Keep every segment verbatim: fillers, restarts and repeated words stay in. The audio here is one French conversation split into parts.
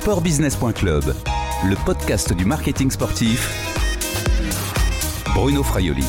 sportbusiness point club, le podcast du marketing sportif. Bruno Fraioli.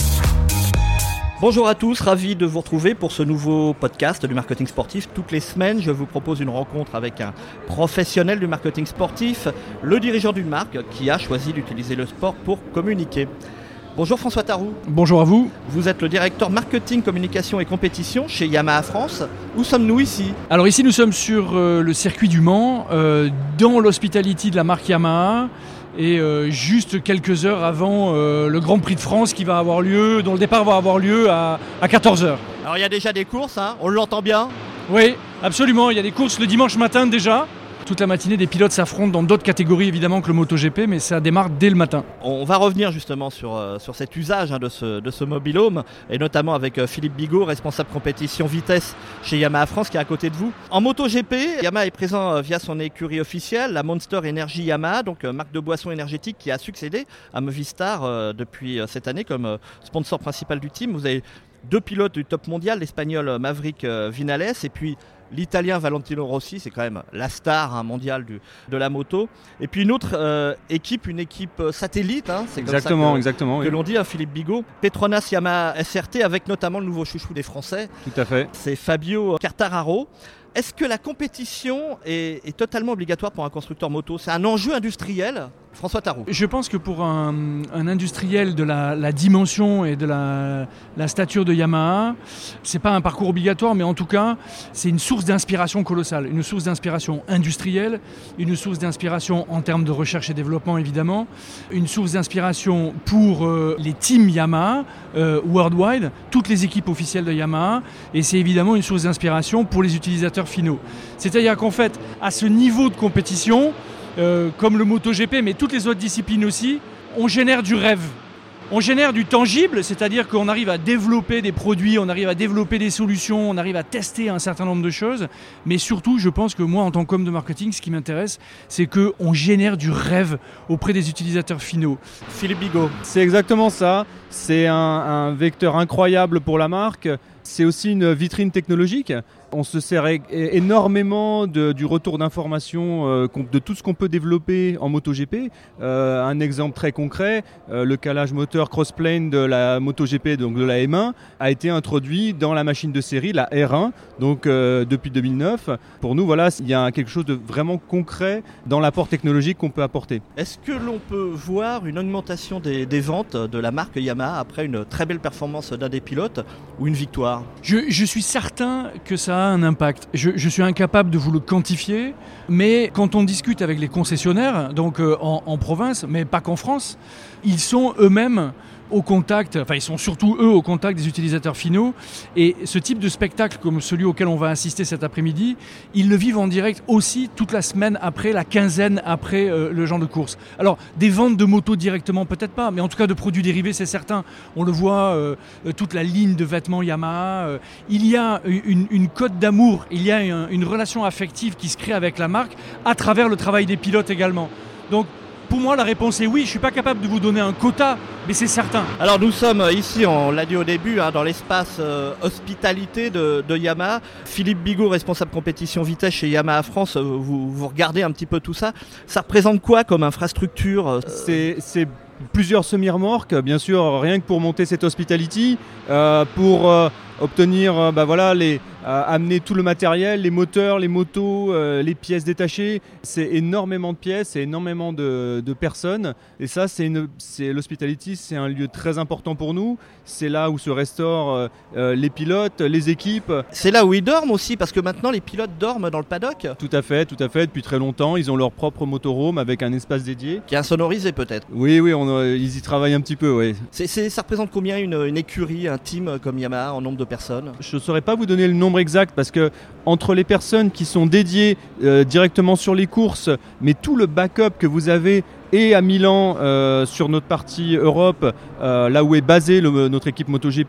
Bonjour à tous, ravi de vous retrouver pour ce nouveau podcast du marketing sportif. Toutes les semaines, je vous propose une rencontre avec un professionnel du marketing sportif, le dirigeant d'une marque qui a choisi d'utiliser le sport pour communiquer. Bonjour François Taroux. Bonjour à vous. Vous êtes le directeur marketing, communication et compétition chez Yamaha France. Où sommes-nous ici ? Alors ici, nous sommes sur euh, le circuit du Mans, euh, dans l'hospitality de la marque Yamaha. Et euh, juste quelques heures avant euh, le Grand Prix de France qui va avoir lieu, dont le départ va avoir lieu à, à quatorze heures. Alors il y a déjà des courses, hein, on l'entend bien ? Oui, absolument, il y a des courses le dimanche matin déjà. Toute la matinée, des pilotes s'affrontent dans d'autres catégories évidemment que le MotoGP, mais ça démarre dès le matin. On va revenir justement sur, euh, sur cet usage hein, de ce, de ce mobil-home, et notamment avec euh, Philippe Bigot, responsable compétition vitesse chez Yamaha France, qui est à côté de vous. En MotoGP, Yamaha est présent euh, via son écurie officielle, la Monster Energy Yamaha, donc euh, marque de boisson énergétique qui a succédé à Movistar euh, depuis euh, cette année comme euh, sponsor principal du team. Vous avez deux pilotes du top mondial, l'Espagnol Maverick euh, Vinales et puis l'Italien Valentino Rossi, c'est quand même la star hein, mondiale du, de la moto. Et puis une autre euh, équipe, une équipe satellite, hein, c'est comme exactement, ça que, exactement, que oui. l'on dit, hein, Philippe Bigot. Petronas Yamaha S R T avec notamment le nouveau chouchou des Français. Tout à fait. C'est Fabio Quartararo. Est-ce que la compétition est, est totalement obligatoire pour un constructeur moto ? C'est un enjeu industriel ? François Taroux. Je pense que pour un, un industriel de la, la dimension et de la, la stature de Yamaha, c'est pas un parcours obligatoire, mais en tout cas, c'est une source d'inspiration colossale, une source d'inspiration industrielle, une source d'inspiration en termes de recherche et développement évidemment, une source d'inspiration pour euh, les teams Yamaha euh, worldwide, toutes les équipes officielles de Yamaha, et c'est évidemment une source d'inspiration pour les utilisateurs finaux. C'est-à-dire qu'en fait, à ce niveau de compétition, Euh, comme le MotoGP, mais toutes les autres disciplines aussi, on génère du rêve. On génère du tangible, c'est-à-dire qu'on arrive à développer des produits, on arrive à développer des solutions, on arrive à tester un certain nombre de choses. Mais surtout, je pense que moi, en tant qu'homme de marketing, ce qui m'intéresse, c'est qu'on génère du rêve auprès des utilisateurs finaux. Philippe Bigot. C'est exactement ça. C'est un, un vecteur incroyable pour la marque. C'est aussi une vitrine technologique. On se sert é- énormément de, du retour d'informations, euh, de tout ce qu'on peut développer en MotoGP. Euh, un exemple très concret, euh, le calage moteur crossplane de la MotoGP, donc de la M un, a été introduit dans la machine de série, la R un, donc euh, depuis deux mille neuf. Pour nous, voilà, il y a quelque chose de vraiment concret dans l'apport technologique qu'on peut apporter. Est-ce que l'on peut voir une augmentation des, des ventes de la marque Yamaha après une très belle performance d'un des pilotes ou une victoire ? Je, je suis certain que ça a un impact. Je, je suis incapable de vous le quantifier, mais quand on discute avec les concessionnaires, donc euh, en, en province, mais pas qu'en France, ils sont eux-mêmes au contact, enfin ils sont surtout eux au contact des utilisateurs finaux, et ce type de spectacle comme celui auquel on va assister cet après-midi, ils le vivent en direct aussi toute la semaine après, la quinzaine après euh, le genre de course. Alors des ventes de motos directement peut-être pas, mais en tout cas de produits dérivés c'est certain. On le voit, euh, toute la ligne de vêtements Yamaha, euh, il y a une, une cote d'amour, il y a une, une relation affective qui se crée avec la marque à travers le travail des pilotes également. Donc pour moi, la réponse est oui. Je ne suis pas capable de vous donner un quota, mais c'est certain. Alors nous sommes ici, on l'a dit au début, hein, dans l'espace euh, hospitalité de, de Yamaha. Philippe Bigot, responsable compétition vitesse chez Yamaha France, euh, vous, vous regardez un petit peu tout ça. Ça représente quoi comme infrastructure euh... C'est, c'est plusieurs semi-remorques, bien sûr, rien que pour monter cette hospitality, euh, pour euh, obtenir, euh, bah voilà, les, euh, amener tout le matériel, les moteurs, les motos, euh, les pièces détachées. C'est énormément de pièces, c'est énormément de, de personnes. Et ça, c'est, une, c'est l'hospitality, c'est un lieu très important pour nous. C'est là où se restaurent euh, les pilotes, les équipes. C'est là où ils dorment aussi, parce que maintenant les pilotes dorment dans le paddock. Tout à fait, tout à fait. Depuis très longtemps, ils ont leur propre motorhome avec un espace dédié. Qui est insonorisé peut-être. Oui, oui, on, ils y travaillent un petit peu, oui. C'est, c'est, ça représente combien une, une écurie, un team comme Yamaha en nombre de personnes ? Je ne saurais pas vous donner le nombre exact parce que entre les personnes qui sont dédiées euh, directement sur les courses, mais tout le backup que vous avez et à Milan euh, sur notre partie Europe, euh, là où est basée le, notre équipe MotoGP,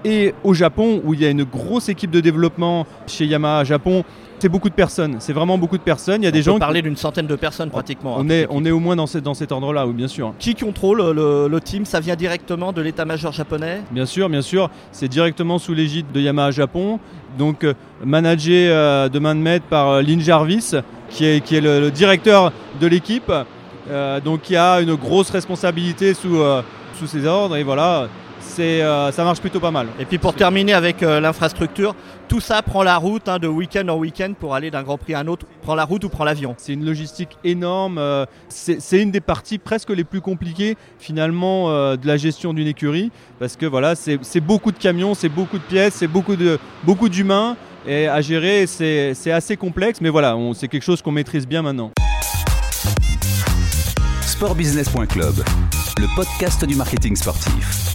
et au Japon où il y a une grosse équipe de développement chez Yamaha Japon. C'est beaucoup de personnes, c'est vraiment beaucoup de personnes. Il y a on des gens peut parler qui... d'une centaine de personnes pratiquement. On, hein, est, on est au moins dans, cette, dans cet ordre-là, oui, bien sûr. Qui contrôle le, le team? Ça vient directement de l'état-major japonais? Bien sûr, bien sûr. C'est directement sous l'égide de Yamaha Japon. Donc euh, managé euh, de main de maître par euh, Lynn Jarvis, qui est, qui est le, le directeur de l'équipe. Euh, donc qui a une grosse responsabilité sous, euh, sous ses ordres. Et voilà, c'est, euh, ça marche plutôt pas mal. Et puis pour terminer avec euh, l'infrastructure, tout ça prend la route hein, de week-end en week-end pour aller d'un Grand Prix à un autre. Prend la route ou prend l'avion? C'est une logistique énorme. Euh, c'est, c'est une des parties presque les plus compliquées finalement euh, de la gestion d'une écurie. Parce que voilà, c'est, c'est beaucoup de camions, c'est beaucoup de pièces, c'est beaucoup, de, beaucoup d'humains. Et à gérer, c'est, c'est assez complexe. Mais voilà, on, c'est quelque chose qu'on maîtrise bien maintenant. sport business point club, le podcast du marketing sportif.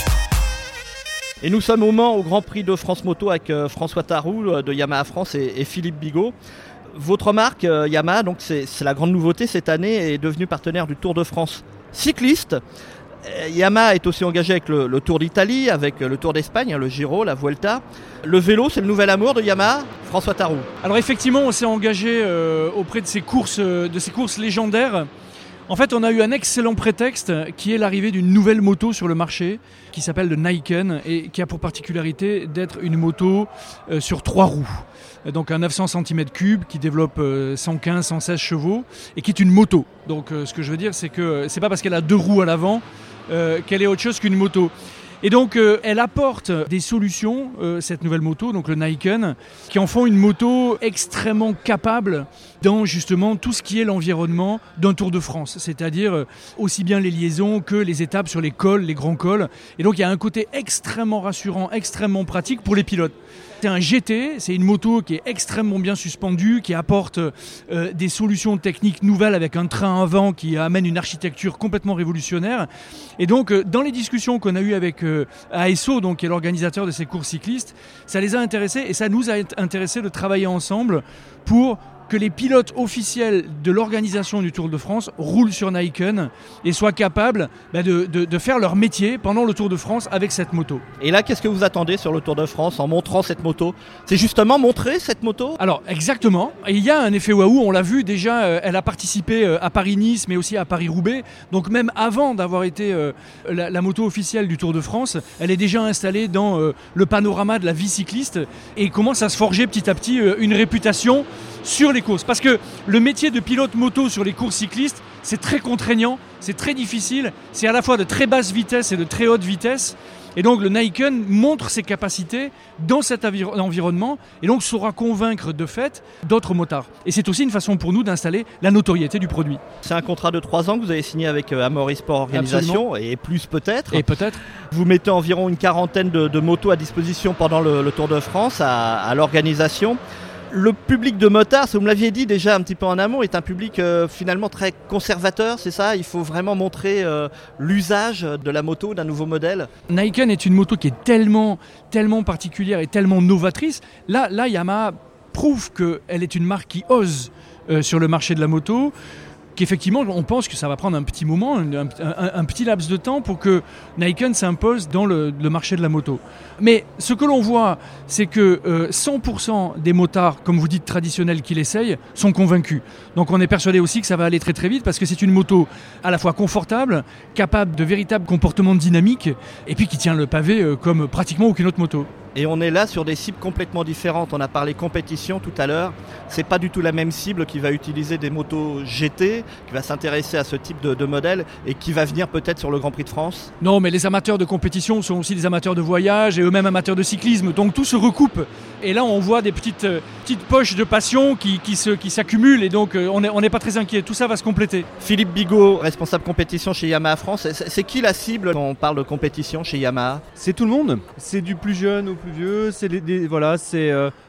Et nous sommes au Mans au Grand Prix de France Moto avec euh, François Taroux euh, de Yamaha France et, et Philippe Bigot. Votre marque euh, Yamaha, donc c'est, c'est la grande nouveauté cette année, est devenue partenaire du Tour de France cycliste. Euh, Yamaha est aussi engagé avec le, le Tour d'Italie, avec le Tour d'Espagne, hein, le Giro, la Vuelta. Le vélo, c'est le nouvel amour de Yamaha. François Taroux. Alors effectivement, on s'est engagé euh, auprès de ces courses, euh, de ces courses légendaires. En fait, on a eu un excellent prétexte qui est l'arrivée d'une nouvelle moto sur le marché qui s'appelle le Niken et qui a pour particularité d'être une moto euh, sur trois roues. Donc un neuf cents centimètres cubes qui développe euh, cent quinze cent seize chevaux et qui est une moto. Donc euh, ce que je veux dire, c'est que c'est pas parce qu'elle a deux roues à l'avant euh, qu'elle est autre chose qu'une moto. Et donc, euh, elle apporte des solutions, euh, cette nouvelle moto, donc le Niken, qui en font une moto extrêmement capable dans justement tout ce qui est l'environnement d'un Tour de France, c'est-à-dire euh, aussi bien les liaisons que les étapes sur les cols, les grands cols. Et donc, il y a un côté extrêmement rassurant, extrêmement pratique pour les pilotes. C'est un G T, c'est une moto qui est extrêmement bien suspendue, qui apporte euh, des solutions techniques nouvelles avec un train avant qui amène une architecture complètement révolutionnaire. Et donc, euh, dans les discussions qu'on a eues avec euh, A S O, donc, qui est l'organisateur de ces courses cyclistes, ça les a intéressés et ça nous a intéressés de travailler ensemble pour que les pilotes officiels de l'organisation du Tour de France roulent sur Niken et soient capables bah, de, de, de faire leur métier pendant le Tour de France avec cette moto. Et là, qu'est-ce que vous attendez sur le Tour de France en montrant cette moto? C'est justement montrer cette moto? Alors, exactement. Et il y a un effet waouh, on l'a vu déjà, euh, elle a participé euh, à Paris-Nice, mais aussi à Paris-Roubaix. Donc même avant d'avoir été euh, la, la moto officielle du Tour de France, elle est déjà installée dans euh, le panorama de la vie cycliste et commence à se forger petit à petit euh, une réputation sur les courses. Parce que le métier de pilote moto sur les courses cyclistes, c'est très contraignant, c'est très difficile, c'est à la fois de très basse vitesse et de très haute vitesse. Et donc le Niken montre ses capacités dans cet avir- environnement et donc saura convaincre de fait d'autres motards. Et c'est aussi une façon pour nous d'installer la notoriété du produit. C'est un contrat de trois ans que vous avez signé avec euh, Amaury Sport Organisation. Absolument. Et plus peut-être. Et peut-être. Vous mettez environ une quarantaine de, de motos à disposition pendant le, le Tour de France à, à l'organisation. Le public de motards, vous me l'aviez dit déjà un petit peu en amont, est un public euh, finalement très conservateur, c'est ça? Il faut vraiment montrer euh, l'usage de la moto, d'un nouveau modèle. Niken est une moto qui est tellement, tellement particulière et tellement novatrice. Là, là Yamaha prouve qu'elle est une marque qui ose euh, sur le marché de la moto, qu'effectivement, on pense que ça va prendre un petit moment, un, un, un petit laps de temps pour que Niken s'impose dans le, le marché de la moto. Mais ce que l'on voit, c'est que euh, cent pour cent des motards, comme vous dites, traditionnels qui l'essayent, sont convaincus. Donc on est persuadé aussi que ça va aller très très vite parce que c'est une moto à la fois confortable, capable de véritables comportements dynamiques et puis qui tient le pavé euh, comme pratiquement aucune autre moto. Et on est là sur des cibles complètement différentes. On a parlé compétition tout à l'heure. C'est pas du tout la même cible qui va utiliser des motos G T, qui va s'intéresser à ce type de, de modèle et qui va venir peut-être sur le Grand Prix de France. Non, mais les amateurs de compétition sont aussi des amateurs de voyage et eux-mêmes amateurs de cyclisme. Donc tout se recoupe. Et là, on voit des petites, euh, petites poches de passion qui, qui, se, qui s'accumulent et donc euh, on n'est on n'est pas très inquiet. Tout ça va se compléter. Philippe Bigot, responsable compétition chez Yamaha France. C'est, c'est qui la cible quand on parle de compétition chez Yamaha? C'est tout le monde. C'est du plus jeune au plus vieux. C'est des, des, voilà, c'est euh,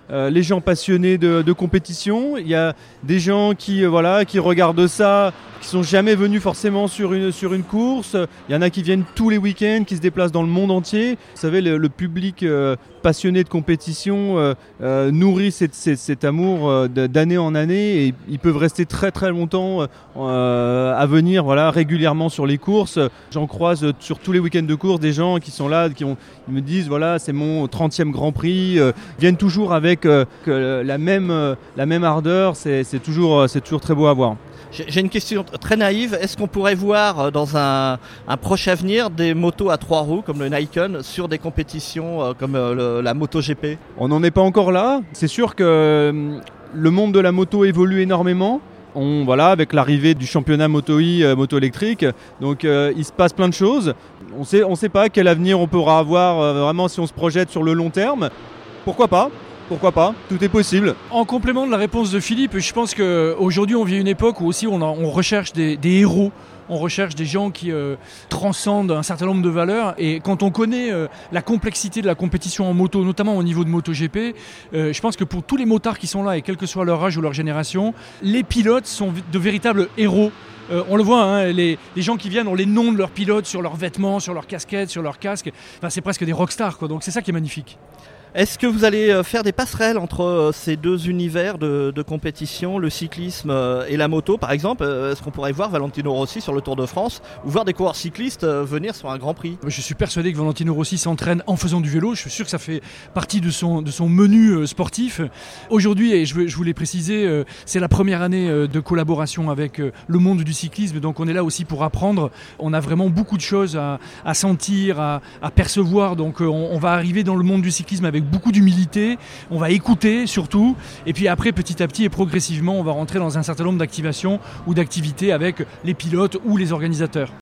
euh, les gens passionnés de, de compétition, il y a des gens qui, euh, voilà, qui regardent ça, qui sont jamais venus forcément sur une, sur une course. Il y en a qui viennent tous les week-ends, qui se déplacent dans le monde entier. Vous savez, le, le public euh, passionné de compétition euh, euh, nourrit cet, cet, cet amour euh, d'année en année et ils peuvent rester très très longtemps euh, à venir voilà, régulièrement sur les courses. J'en croise sur tous les week-ends de course des gens qui sont là, qui ont, ils me disent voilà, c'est mon trentième Grand Prix. Euh, viennent toujours avec euh, la, même, euh, la même ardeur. C'est, c'est, toujours, c'est toujours très beau à voir. J'ai une question très naïve. Est-ce qu'on pourrait voir dans un, un proche avenir des motos à trois roues comme le Nikon sur des compétitions comme le, la MotoGP ? On n'en est pas encore là. C'est sûr que le monde de la moto évolue énormément. On, voilà, avec l'arrivée du championnat Moto-E, euh, moto électrique, donc euh, il se passe plein de choses. On sait, on sait pas quel avenir on pourra avoir euh, vraiment si on se projette sur le long terme. Pourquoi pas ? Pourquoi pas ? Tout est possible. En complément de la réponse de Philippe, je pense qu'aujourd'hui on vit une époque où aussi on, a, on recherche des, des héros. On recherche des gens qui euh, transcendent un certain nombre de valeurs. Et quand on connaît euh, la complexité de la compétition en moto, notamment au niveau de MotoGP, euh, je pense que pour tous les motards qui sont là, et quel que soit leur âge ou leur génération, les pilotes sont de véritables héros. Euh, on le voit, hein, les, les gens qui viennent ont les noms de leurs pilotes sur leurs vêtements, sur leurs casquettes, sur leurs casques. Enfin, c'est presque des rockstars, quoi. Donc c'est ça qui est magnifique. Est-ce que vous allez faire des passerelles entre ces deux univers de, de compétition, le cyclisme et la moto par exemple ? Est-ce qu'on pourrait voir Valentino Rossi sur le Tour de France ou voir des coureurs cyclistes venir sur un Grand Prix ? Je suis persuadé que Valentino Rossi s'entraîne en faisant du vélo. Je suis sûr que ça fait partie de son, de son menu sportif. Aujourd'hui, et je, je voulais préciser, c'est la première année de collaboration avec le monde du cyclisme. Donc on est là aussi pour apprendre. On a vraiment beaucoup de choses à, à sentir, à, à percevoir. Donc on, on va arriver dans le monde du cyclisme avec beaucoup d'humilité, on va écouter surtout, et puis après petit à petit et progressivement on va rentrer dans un certain nombre d'activations ou d'activités avec les pilotes ou les organisateurs.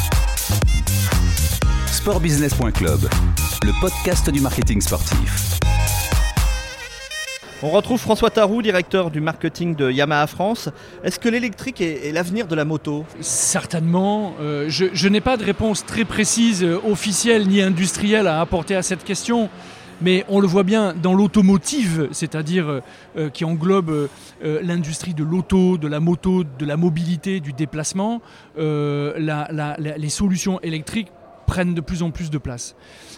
sportbusiness point club, le podcast du marketing sportif. On retrouve François Tarroux, directeur du marketing de Yamaha France. Est-ce que l'électrique est, est l'avenir de la moto ? Certainement. Euh, je, je n'ai pas de réponse très précise, euh, officielle ni industrielle à apporter à cette question. Mais on le voit bien dans l'automotive, c'est-à-dire euh, qui englobe euh, l'industrie de l'auto, de la moto, de la mobilité, du déplacement, euh, la, la, la, les solutions électriques prennent de plus en plus de place.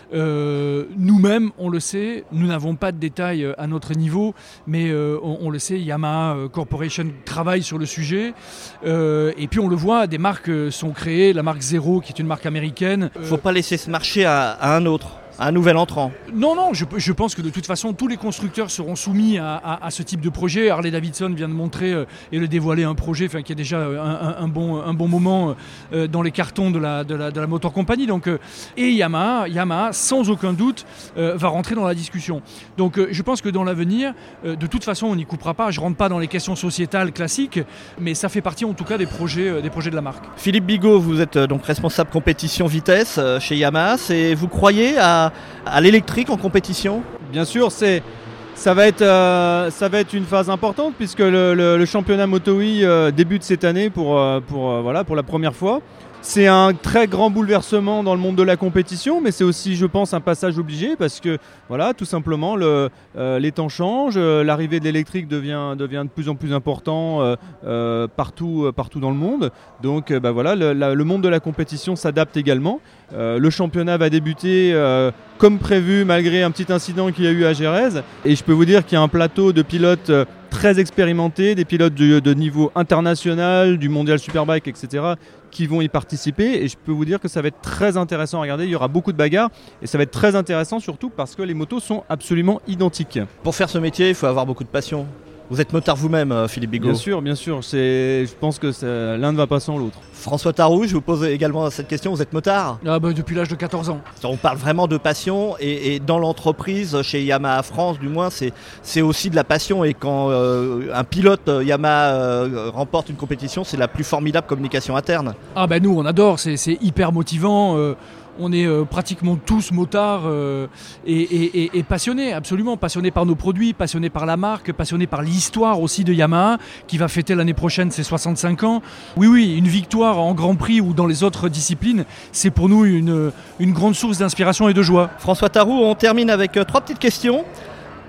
Euh, nous-mêmes, on le sait, nous n'avons pas de détails à notre niveau, mais euh, on, on le sait, Yamaha Corporation travaille sur le sujet. Euh, et puis on le voit, des marques sont créées, la marque Zero, qui est une marque américaine. Il ne faut pas laisser ce marché à, à un autre. Un nouvel entrant. Non, non, je, je pense que de toute façon, tous les constructeurs seront soumis à, à, à ce type de projet. Harley-Davidson vient de montrer euh, et de dévoiler un projet enfin, qui est déjà un, un, un, bon, un bon moment euh, dans les cartons de la, de la, de la Motor Company. Donc, euh, et Yamaha, Yamaha, sans aucun doute, euh, va rentrer dans la discussion. Donc euh, je pense que dans l'avenir, euh, de toute façon, on n'y coupera pas. Je ne rentre pas dans les questions sociétales classiques, mais ça fait partie en tout cas des projets, euh, des projets de la marque. Philippe Bigot, vous êtes euh, donc responsable compétition vitesse euh, chez Yamaha. C'est, vous croyez à à l'électrique en compétition ? Bien sûr, c'est, ça, va être, euh, ça va être une phase importante puisque le, le, le championnat Moto-E euh, débute cette année pour, euh, pour, euh, voilà, pour la première fois. C'est un très grand bouleversement dans le monde de la compétition, mais c'est aussi, je pense, un passage obligé parce que, voilà, tout simplement, le, euh, les temps changent, euh, l'arrivée de l'électrique devient, devient de plus en plus important euh, euh, partout, euh, partout dans le monde. Donc, euh, bah, voilà, le, la, le monde de la compétition s'adapte également. Euh, le championnat va débuter euh, comme prévu, malgré un petit incident qu'il y a eu à Jerez. Et je peux vous dire qu'il y a un plateau de pilotes euh, très expérimentés, des pilotes de, de niveau international, du Mondial Superbike, et cetera, qui vont y participer. Et je peux vous dire que ça va être très intéressant à regarder. Il y aura beaucoup de bagarres. Et ça va être très intéressant surtout parce que les motos sont absolument identiques. Pour faire ce métier, il faut avoir beaucoup de passion. Vous êtes motard vous-même, Philippe Bigot. Bien sûr, bien sûr. C'est, je pense que c'est, l'un ne va pas sans l'autre. François Tarroux, je vous pose également cette question. Vous êtes motard ? Ah bah, depuis l'âge de quatorze ans. On parle vraiment de passion et, et dans l'entreprise, chez Yamaha France du moins, c'est, c'est aussi de la passion. Et quand euh, un pilote Yamaha euh, remporte une compétition, c'est la plus formidable communication interne. Ah bah nous, on adore. C'est, c'est hyper motivant. Euh... On est euh, pratiquement tous motards euh, et, et, et, et passionnés, absolument passionnés par nos produits, passionnés par la marque, passionnés par l'histoire aussi de Yamaha qui va fêter l'année prochaine ses soixante-cinq ans. Oui, oui, une victoire en Grand Prix ou dans les autres disciplines, c'est pour nous une, une grande source d'inspiration et de joie. François Tarroux, on termine avec euh, trois petites questions.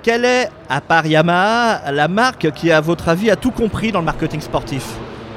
Quelle est, à part Yamaha, la marque qui, à votre avis, a tout compris dans le marketing sportif ?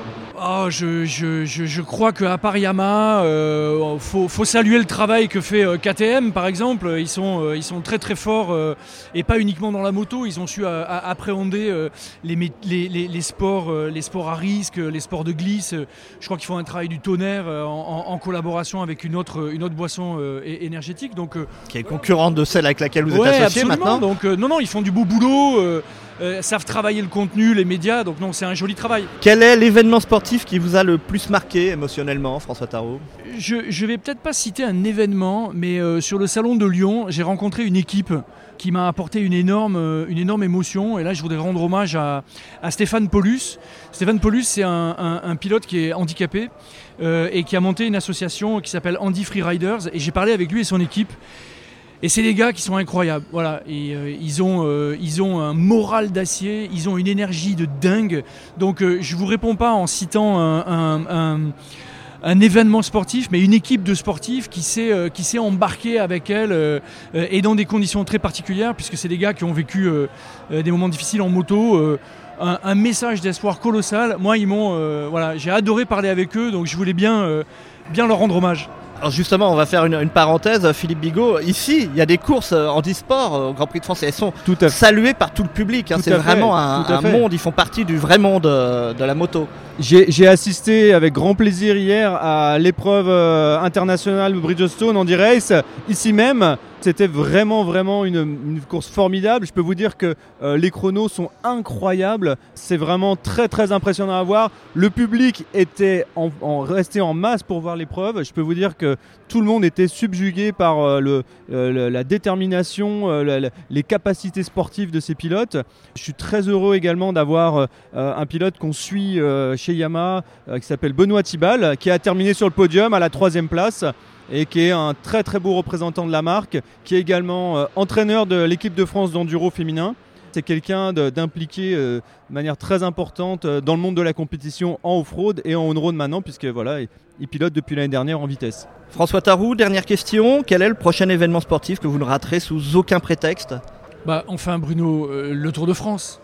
Oh, je, je, je, je crois qu'à part Yamaha, euh, faut, faut saluer le travail que fait euh, K T M par exemple. Ils sont, euh, ils sont très très forts euh, et pas uniquement dans la moto. Ils ont su euh, à, appréhender euh, les, les, les, les, sports, euh, les sports à risque, les sports de glisse. Je crois qu'ils font un travail du tonnerre euh, en, en collaboration avec une autre, une autre boisson euh, énergétique. Donc, euh, qui est concurrente de celle avec laquelle vous ouais, êtes associé absolument. maintenant. Donc, euh, non, non, ils font du beau boulot. Euh, Euh, savent travailler le contenu, les médias, donc non, c'est un joli travail. Quel est l'événement sportif qui vous a le plus marqué émotionnellement, François Tharreau ? Je, je vais peut-être pas citer un événement, mais euh, sur le salon de Lyon, j'ai rencontré une équipe qui m'a apporté une énorme, une énorme émotion. Et là, je voudrais rendre hommage à, à Stéphane Paulus. Stéphane Paulus, c'est un, un, un pilote qui est handicapé euh, et qui a monté une association qui s'appelle Handy Free Riders. Et j'ai parlé avec lui et son équipe. Et c'est des gars qui sont incroyables, voilà. Et, euh, ils, ont, euh, ils ont un moral d'acier, ils ont une énergie de dingue. Donc euh, je ne vous réponds pas en citant un, un, un, un événement sportif, mais une équipe de sportifs qui s'est, euh, qui s'est embarquée avec elle euh, et dans des conditions très particulières, puisque c'est des gars qui ont vécu euh, des moments difficiles en moto. Euh, un, un message d'espoir colossal. Moi, ils m'ont, euh, voilà, j'ai adoré parler avec eux, donc je voulais bien, euh, bien leur rendre hommage. Alors justement, on va faire une, une parenthèse, Philippe Bigot. Ici, il y a des courses en e-sport au Grand Prix de France et elles sont tout à saluées par tout le public. Hein. C'est vraiment fait, un, un monde, ils font partie du vrai monde de la moto. J'ai, j'ai assisté avec grand plaisir hier à l'épreuve internationale Bridgestone Handy Race, ici même. C'était vraiment, vraiment une, une course formidable. Je peux vous dire que euh, les chronos sont incroyables. C'est vraiment très, très impressionnant à voir. Le public était en, en, resté en masse pour voir l'épreuve. Je peux vous dire que tout le monde était subjugué par euh, le, euh, la détermination, euh, la, la, les capacités sportives de ces pilotes. Je suis très heureux également d'avoir euh, un pilote qu'on suit euh, chez Yamaha euh, qui s'appelle Benoît Thibal, qui a terminé sur le podium à la troisième place. Et qui est un très très beau représentant de la marque, qui est également euh, entraîneur de l'équipe de France d'enduro féminin. C'est quelqu'un de, d'impliqué euh, de manière très importante euh, dans le monde de la compétition en off-road et en on-road maintenant, puisque voilà, il, il pilote depuis l'année dernière en vitesse. François Tharreau, dernière question. Quel est le prochain événement sportif que vous ne raterez sous aucun prétexte ? Bah, enfin Bruno, euh, le Tour de France.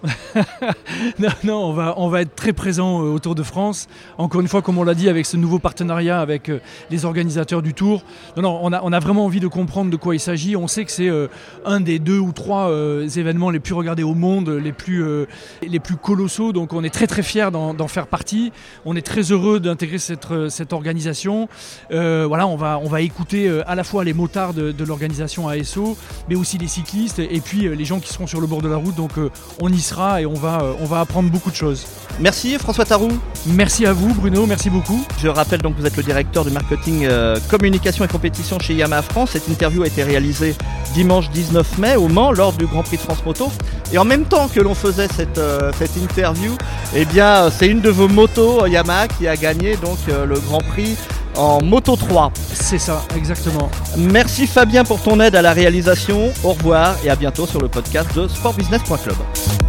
non, non, on va, on va être très présent euh, au Tour de France. Encore une fois, comme on l'a dit, avec ce nouveau partenariat avec euh, les organisateurs du Tour. Non, non, on a, on a vraiment envie de comprendre de quoi il s'agit. On sait que c'est euh, un des deux ou trois euh, événements les plus regardés au monde, les plus, euh, les plus colossaux. Donc on est très très fiers d'en, d'en faire partie. On est très heureux d'intégrer cette, cette organisation. Euh, voilà, on va, on va écouter euh, à la fois les motards de, de l'organisation A S O, mais aussi les cyclistes et puis les gens qui seront sur le bord de la route, donc euh, on y sera et on va, euh, on va apprendre beaucoup de choses. Merci François Tharreau. Merci à vous Bruno, merci beaucoup. Je rappelle donc que vous êtes le directeur du marketing euh, communication et compétition chez Yamaha France. Cette interview a été réalisée dimanche dix-neuf mai au Mans lors du Grand Prix de France Moto. Et en même temps que l'on faisait cette, euh, cette interview, eh bien c'est une de vos motos Yamaha qui a gagné donc euh, le Grand Prix en Moto trois. C'est ça, exactement. Merci Fabien pour ton aide à la réalisation. Au revoir et à bientôt sur le podcast de sport business point club.